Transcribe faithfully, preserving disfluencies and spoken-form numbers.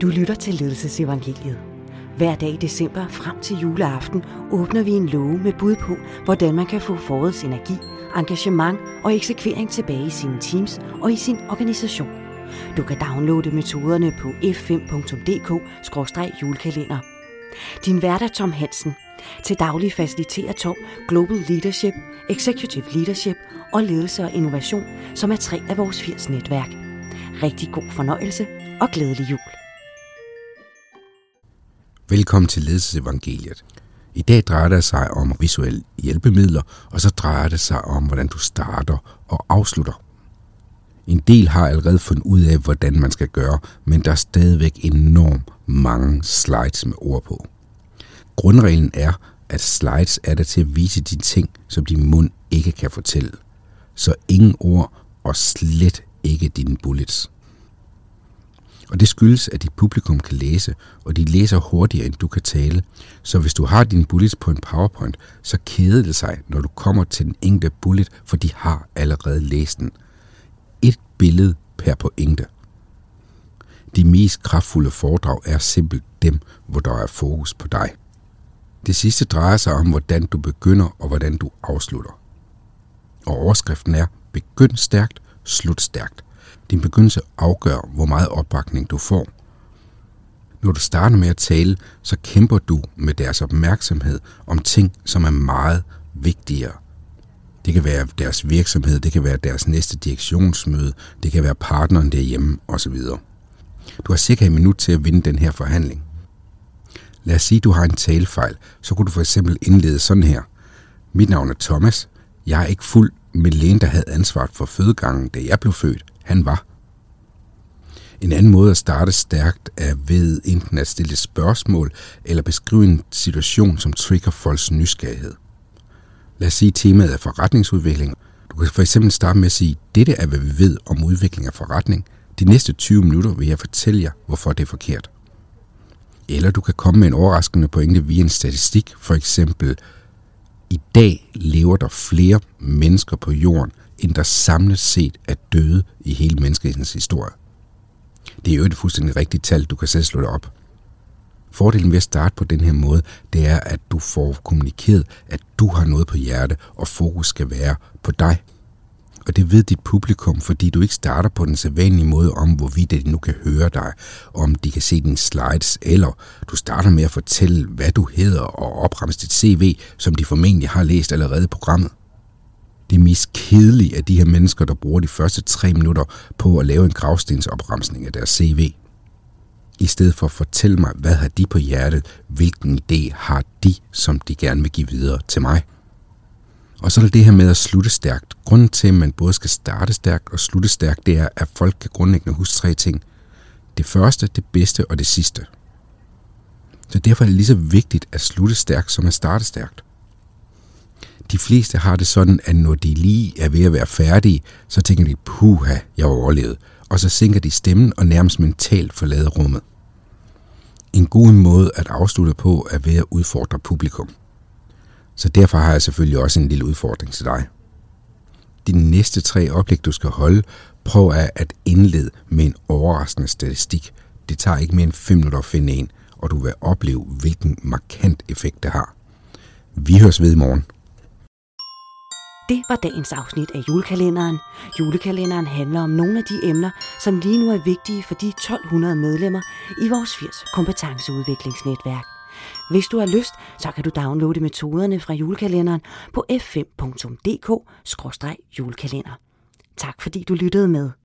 Du lytter til Ledelsesevangeliet. Hver dag i december frem til juleaften åbner vi en låge med bud på, hvordan man kan få forårets energi, engagement og eksekvering tilbage i sine teams og i sin organisation. Du kan downloade metoderne på f fem punktum d k skråstreg julekalender. Din vært er Tom Hansen. Til daglig faciliterer Tom Global Leadership, Executive Leadership og Ledelse og Innovation, som er tre af vores firs netværk. Rigtig god fornøjelse og glædelig jul. Velkommen til Ledelsesevangeliet. I dag drejer det sig om visuelle hjælpemidler, og så drejer det sig om, hvordan du starter og afslutter. En del har allerede fundet ud af, hvordan man skal gøre, men der er stadigvæk enormt mange slides med ord på. Grundreglen er, at slides er der til at vise de ting, som din mund ikke kan fortælle. Så ingen ord og slet ikke dine bullets. Og det skyldes, at dit publikum kan læse, og de læser hurtigere, end du kan tale. Så hvis du har dine bullets på en PowerPoint, så keder det sig, når du kommer til den enkelte bullet, for de har allerede læst den. Et billede per pointe. De mest kraftfulde foredrag er simpelt dem, hvor der er fokus på dig. Det sidste drejer sig om, hvordan du begynder og hvordan du afslutter. Og overskriften er, begynd stærkt, slut stærkt. Din begyndelse afgør, hvor meget opbakning du får. Når du starter med at tale, så kæmper du med deres opmærksomhed om ting, som er meget vigtigere. Det kan være deres virksomhed, det kan være deres næste direktionsmøde, det kan være partneren derhjemme osv. Du har cirka et minut til at vinde den her forhandling. Lad os sige, at du har en talefejl, så kunne du for eksempel indlede sådan her. Mit navn er Thomas. Jeg er ikke fuld, men lægen, der havde ansvaret for fødegangen, da jeg blev født, han var. En anden måde at starte stærkt er ved enten at stille spørgsmål eller beskrive en situation, som trigger folks nysgerrighed. Lad os sige, at temaet er forretningsudvikling. Du kan for eksempel starte med at sige, dette er, hvad vi ved om udvikling af forretning. De næste tyve minutter vil jeg fortælle jer, hvorfor det er forkert. Eller du kan komme med en overraskende pointe via en statistik, for eksempel, i dag lever der flere mennesker på jorden, end der samlet set er døde i hele menneskehedens historie. Det er jo et fuldstændig rigtigt tal, du kan selv slå det op. Fordelen ved at starte på den her måde, det er, at du får kommunikeret, at du har noget på hjerte, og fokus skal være på dig. Og det ved dit publikum, fordi du ikke starter på den sædvanlige måde om, hvorvidt de nu kan høre dig, om de kan se dine slides, eller du starter med at fortælle, hvad du hedder, og opremse dit C V, som de formentlig har læst allerede i programmet. Det er mest kedelige af de her mennesker, der bruger de første tre minutter på at lave en gravstensopramsning af deres C V. I stedet for at fortælle mig, hvad har de på hjertet, hvilken idé har de, som de gerne vil give videre til mig. Og så er det det her med at slutte stærkt. Grunden til, at man både skal starte stærkt og slutte stærkt, det er, at folk kan grundlæggende huske tre ting. Det første, det bedste og det sidste. Så derfor er det lige så vigtigt at slutte stærkt, som at starte stærkt. De fleste har det sådan, at når de lige er ved at være færdige, så tænker de, puha, jeg har overlevet. Og så sænker de stemmen og nærmest mentalt forlader rummet. En god måde at afslutte på er ved at udfordre publikum. Så derfor har jeg selvfølgelig også en lille udfordring til dig. De næste tre oplæg, du skal holde, prøv at indlede med en overraskende statistik. Det tager ikke mere end fem minutter at finde en, og du vil opleve, hvilken markant effekt det har. Vi høres ved i morgen. Det var dagens afsnit af julekalenderen. Julekalenderen handler om nogle af de emner, som lige nu er vigtige for de tolv hundrede medlemmer i vores firs kompetenceudviklingsnetværk. Hvis du har lyst, så kan du downloade metoderne fra julekalenderen på f fem punktum d k skråstreg julekalender. Tak fordi du lyttede med.